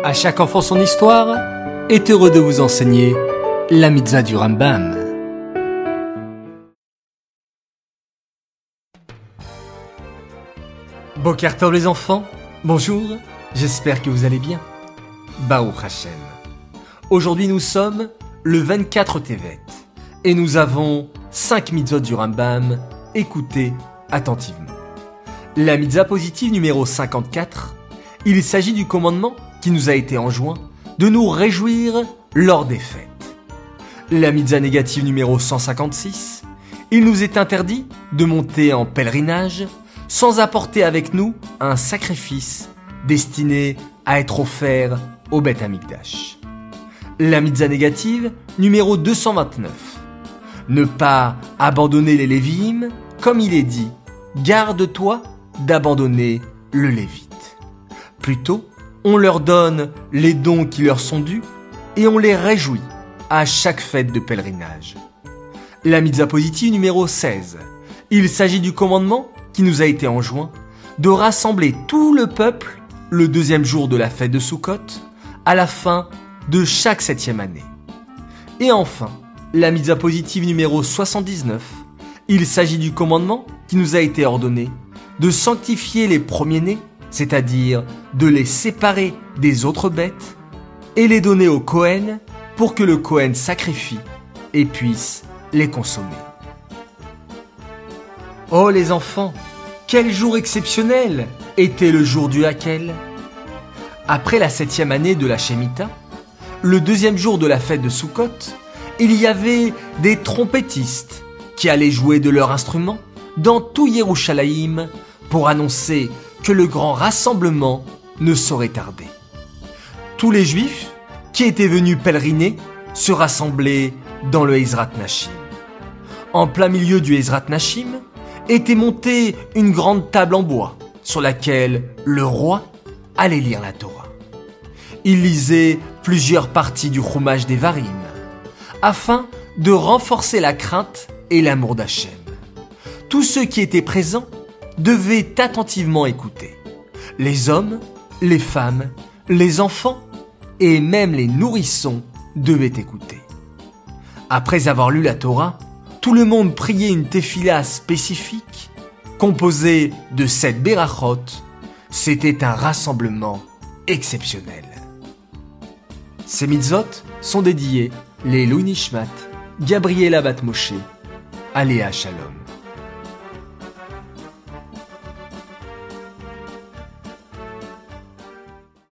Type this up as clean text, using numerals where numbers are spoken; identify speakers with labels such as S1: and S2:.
S1: À chaque enfant son histoire est heureux de vous enseigner la mitzvah du Rambam. Boker Tov les enfants, bonjour, j'espère que vous allez bien. Baruch Hashem. Aujourd'hui nous sommes le 24 Tevet et nous avons 5 mitzvot du Rambam, écoutez attentivement. La mitzvah positive numéro 54, il s'agit du commandement qui nous a été enjoint de nous réjouir lors des fêtes. La mitzvah négative numéro 156, il nous est interdit de monter en pèlerinage sans apporter avec nous un sacrifice destiné à être offert au Beth Amikdash. La mitzvah négative numéro 229, ne pas abandonner les Lévi'im, comme il est dit, garde-toi d'abandonner le Lévite. Plutôt, on leur donne les dons qui leur sont dus et on les réjouit à chaque fête de pèlerinage. La mitzvah positive numéro 16. Il s'agit du commandement qui nous a été enjoint de rassembler tout le peuple le deuxième jour de la fête de Sukkot à la fin de chaque 7e année. Et enfin, la mitzvah positive numéro 79. Il s'agit du commandement qui nous a été ordonné de sanctifier les premiers-nés, c'est-à-dire de les séparer des autres bêtes et les donner au Kohen pour que le Kohen sacrifie et puisse les consommer. Oh les enfants, quel jour exceptionnel était le jour du Hakel! Après la 7e année de la Shemitah, le deuxième jour de la fête de Sukkot, il y avait des trompettistes qui allaient jouer de leur instrument dans tout Yerushalayim pour annoncer que le grand rassemblement ne saurait tarder. Tous les Juifs qui étaient venus pèleriner se rassemblaient dans le Ezrat Nashim. En plein milieu du Ezrat Nashim était montée une grande table en bois sur laquelle le roi allait lire la Torah. Il lisait plusieurs parties du Chumash Devarim afin de renforcer la crainte et l'amour d'Hachem. Tous ceux qui étaient présents devaient attentivement écouter. Les hommes, les femmes, les enfants et même les nourrissons devaient écouter. Après avoir lu la Torah, tout le monde priait une tefila spécifique composée de 7 berachot. C'était un rassemblement exceptionnel. Ces mitzvot sont dédiés les Louis Nishmat, Gabriela Bat Moshe, Aléa Shalom.